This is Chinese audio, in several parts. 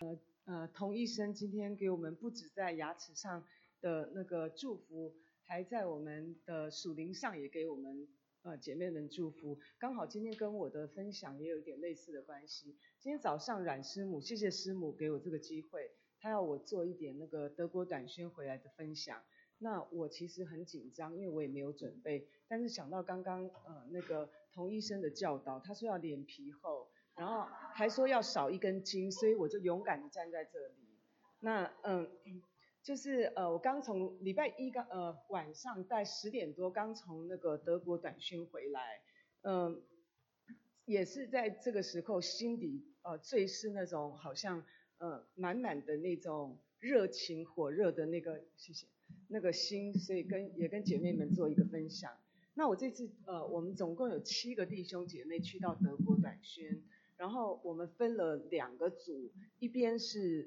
童医生今天给我们不止在牙齿上的那个祝福，还在我们的属灵上也给我们姐妹们祝福。刚好今天跟我的分享也有一点类似的关系。今天早上阮师母，谢谢师母给我这个机会，她要我做一点那个德国短宣回来的分享。那我其实很紧张，因为我也没有准备，但是想到刚刚那个童医生的教导，他说要脸皮厚。然后还说要少一根筋，所以我就勇敢的站在这里。那就是我刚从礼拜一晚上在10点多刚从那个德国短宣回来，也是在这个时候心底最是那种好像满满的那种热情火热的那个那个心，所以也跟姐妹们做一个分享。那我这次我们总共有7个弟兄姐妹去到德国短宣。然后我们分了2个组，一边是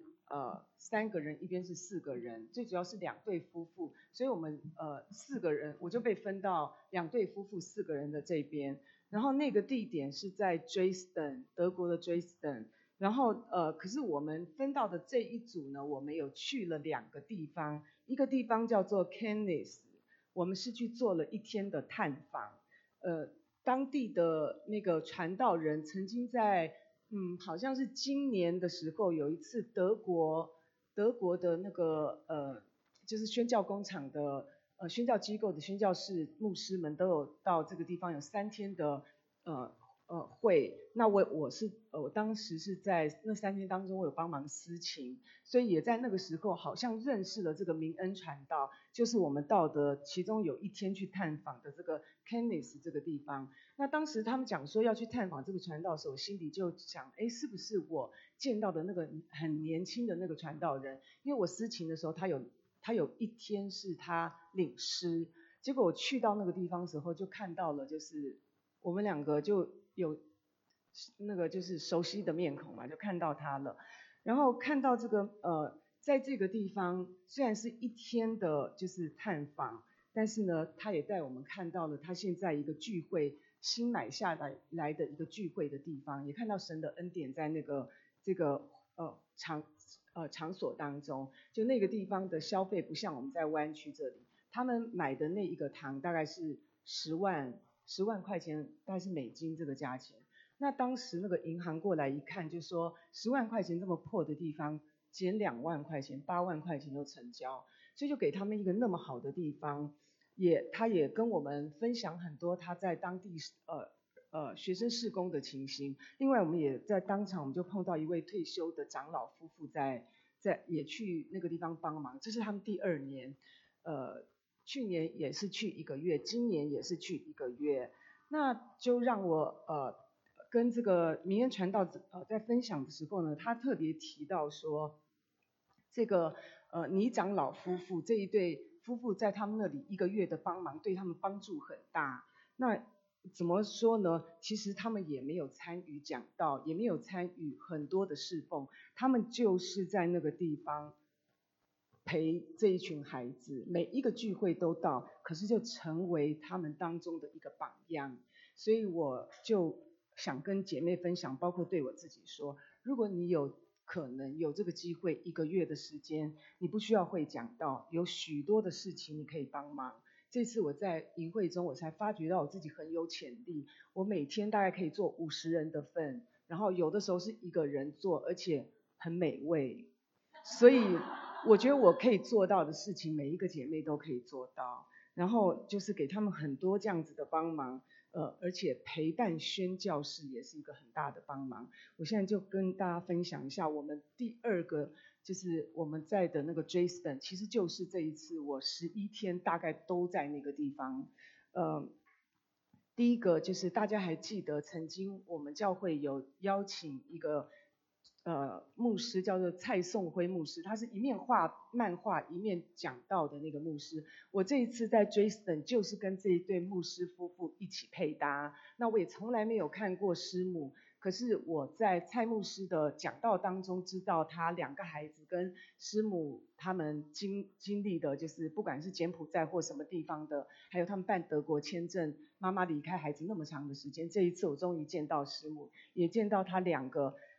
3个人，一边是4个人，最主要是2对夫妇，所以我们4个人，我就被分到2对夫妇4个人的这边。然后那个地点是在 Dresden， 德国的 Dresden。然后可是我们分到的这一组呢，我们有去了2个地方，一个地方叫做 Cannes， 我们是去做了1天的探访，当地的那个传道人曾经在好像是今年的时候有一次德国的那个就是宣教工厂的宣教机构的宣教士牧师们都有到这个地方，有3天的会。那我当时是在那3天当中，我有帮忙司琴，所以也在那个时候好像认识了这个明恩传道，就是我们到的其中有1天去探访的这个 Cannes 这个地方。那当时他们讲说要去探访这个传道的时候，我心里就想，是不是我见到的那个很年轻的那个传道人？因为我司琴的时候，他有1天是他领诗，结果我去到那个地方的时候，就看到了，就是我们2个就有那个就是熟悉的面孔嘛，就看到他了。然后看到这个在这个地方虽然是1天的就是探访，但是呢，他也带我们看到了他现在一个聚会新买下来的一个聚会的地方，也看到神的恩典在那个这个场所当中。就那个地方的消费不像我们在湾区这里，他们买的那一个堂大概是10万块钱，大概是美金这个价钱。那当时那个银行过来一看，就说10万块钱这么破的地方，减2万块钱，8万块钱就成交，所以就给他们一个那么好的地方。他也跟我们分享很多他在当地学生事工的情形。另外我们也在当场，我们就碰到一位退休的长老夫妇也去那个地方帮忙，这是他们第2年，去年也是去1个月，今年也是去1个月。那就让我跟这个明恩传道在分享的时候呢，他特别提到说，这个倪长老夫妇这一对夫妇在他们那里1个月的帮忙，对他们帮助很大。那怎么说呢？其实他们也没有参与讲道，也没有参与很多的侍奉，他们就是在那个地方陪这一群孩子，每一个聚会都到，可是就成为他们当中的一个榜样。所以我就想跟姐妹分享，包括对我自己说，如果你有可能有这个机会1个月的时间，你不需要会讲道，有许多的事情你可以帮忙。这次我在营会中，我才发觉到我自己很有潜力，我每天大概可以做50人的份，然后有的时候是1个人做，而且很美味。所以我觉得我可以做到的事情，每一个姐妹都可以做到，然后就是给他们很多这样子的帮忙，而且陪伴宣教士也是一个很大的帮忙。我现在就跟大家分享一下我们第2个，就是我们在的那个 Dresden， 其实就是这一次我11天大概都在那个地方。第一个就是大家还记得曾经我们教会有邀请一个牧师叫做蔡颂辉牧师，他是一面画漫画一面讲道的那个牧师。我这一次在 Dresden 就是跟这一对牧师夫妇一起配搭，那我也从来没有看过师母，可是我在蔡牧师的讲道当中知道他2个孩子跟师母他们经历的，就是不管是柬埔寨或什么地方的，还有他们办德国签证，妈妈离开孩子那么长的时间。这一次我终于见到师母，也见到他2个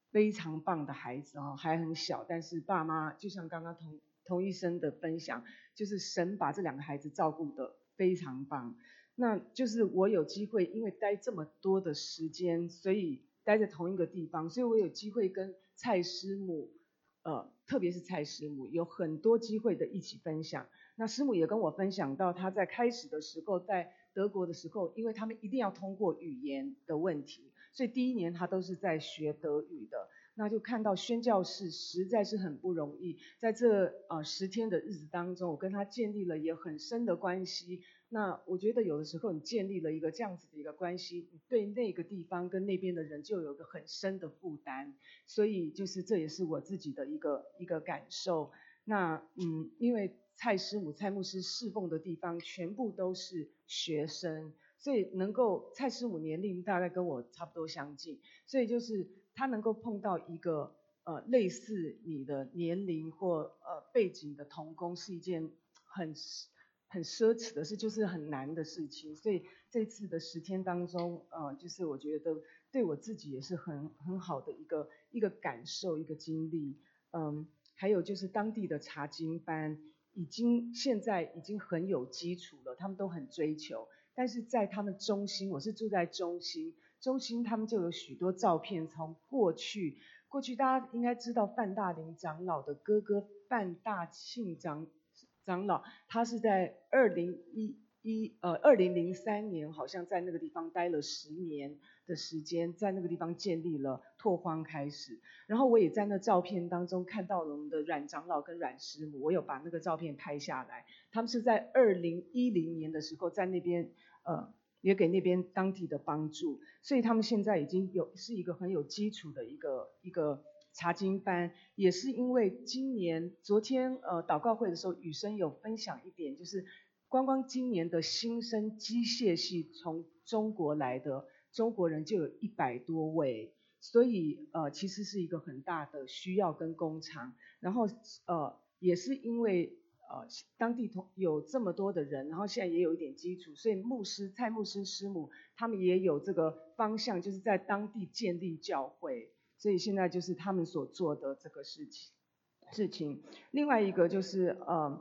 非常棒的孩子哦，还很小，但是爸妈就像刚刚童医生的分享，就是神把这2个孩子照顾得非常棒。那就是我有机会，因为待这么多的时间，所以待在同一个地方，所以我有机会跟蔡师母，特别是蔡师母，有很多机会的一起分享。那师母也跟我分享到，她在开始的时候，在德国的时候，因为他们一定要通过语言的问题，所以第1年她都是在学德语的。那就看到宣教士实在是很不容易，在这10天的日子当中，我跟他建立了也很深的关系。那我觉得有的时候你建立了一个这样子的一个关系，你对那个地方跟那边的人就有个很深的负担，所以就是这也是我自己的一个感受。那因为蔡师母、蔡牧师侍奉的地方全部都是学生，所以能够蔡师母年龄大概跟我差不多相近，所以就是他能够碰到一个类似你的年龄或背景的同工，是一件很奢侈的事，就是很难的事情。所以这次的10天当中，就是我觉得对我自己也是很好的一个感受，一个经历。还有就是当地的查经班，现在已经很有基础了，他们都很追求。但是在他们中心，我是住在中心他们就有许多照片，从过去大家应该知道范大林长老的哥哥范大庆长老，他是在2003年好像在那个地方待了10年的时间，在那个地方建立了拓荒开始。然后我也在那照片当中看到了我们的阮长老跟阮师母，我有把那个照片拍下来。他们是在2010年的时候在那边也给那边当地的帮助，所以他们现在已经是一个很有基础的一个查经班。也是因为昨天祷告会的时候，雨生有分享一点，就是光今年的新生机械系从中国来的中国人就有100多位，所以其实是一个很大的需要跟工厂。然后也是因为当地有这么多的人，然后现在也有一点基础，所以蔡牧师师母他们也有这个方向，就是在当地建立教会，所以现在就是他们所做的这个事情。另外一个就是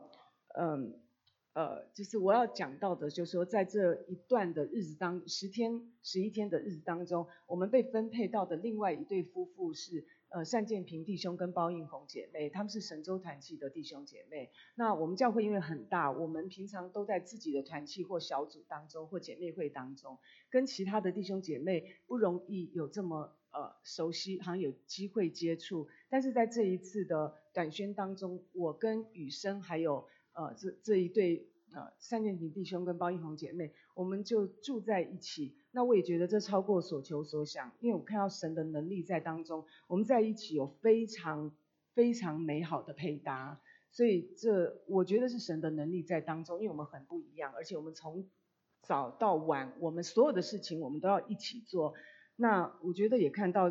就是我要讲到的，就是说在这一段的日子10天、11天的日子当中，我们被分配到的另外一对夫妇是单建平弟兄跟包应红姐妹，他们是神州团契的弟兄姐妹。那我们教会因为很大，我们平常都在自己的团契或小组当中或姐妹会当中，跟其他的弟兄姐妹不容易有这么熟悉，好像有机会接触。但是在这一次的短宣当中，我跟雨生还有这一对单建平弟兄跟包应红姐妹，我们就住在一起。那我也觉得这超过所求所想，因为我看到神的能力在当中，我们在一起有非常非常美好的配搭。所以我觉得是神的能力在当中，因为我们很不一样，而且我们从早到晚，我们所有的事情我们都要一起做。那我觉得也看到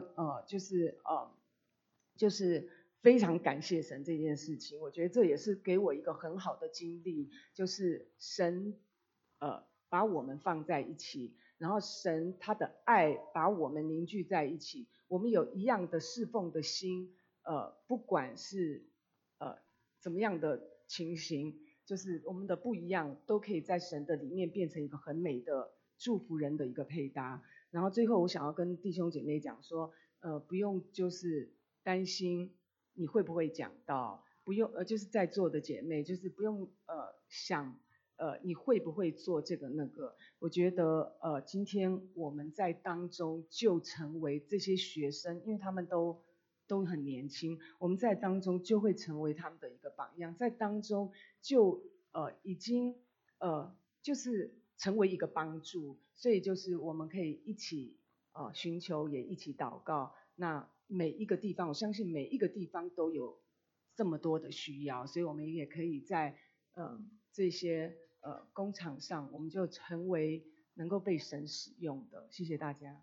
就是非常感谢神这件事情，我觉得这也是给我一个很好的经历，就是神把我们放在一起，然后神他的爱把我们凝聚在一起，我们有一样的侍奉的心，不管是怎么样的情形，就是我们的不一样都可以在神的里面变成一个很美的祝福人的一个配搭。然后最后我想要跟弟兄姐妹讲说，不用就是担心你会不会讲到，不用就是在座的姐妹就是不用想你会不会做这个那个。我觉得今天我们在当中就成为这些学生，因为他们都很年轻，我们在当中就会成为他们的一个榜样，在当中就已经就是成为一个帮助，所以就是我们可以一起寻求，也一起祷告。那每一个地方，我相信每一个地方都有这么多的需要，所以我们也可以在这些工厂上，我们就成为能够被神使用的。谢谢大家。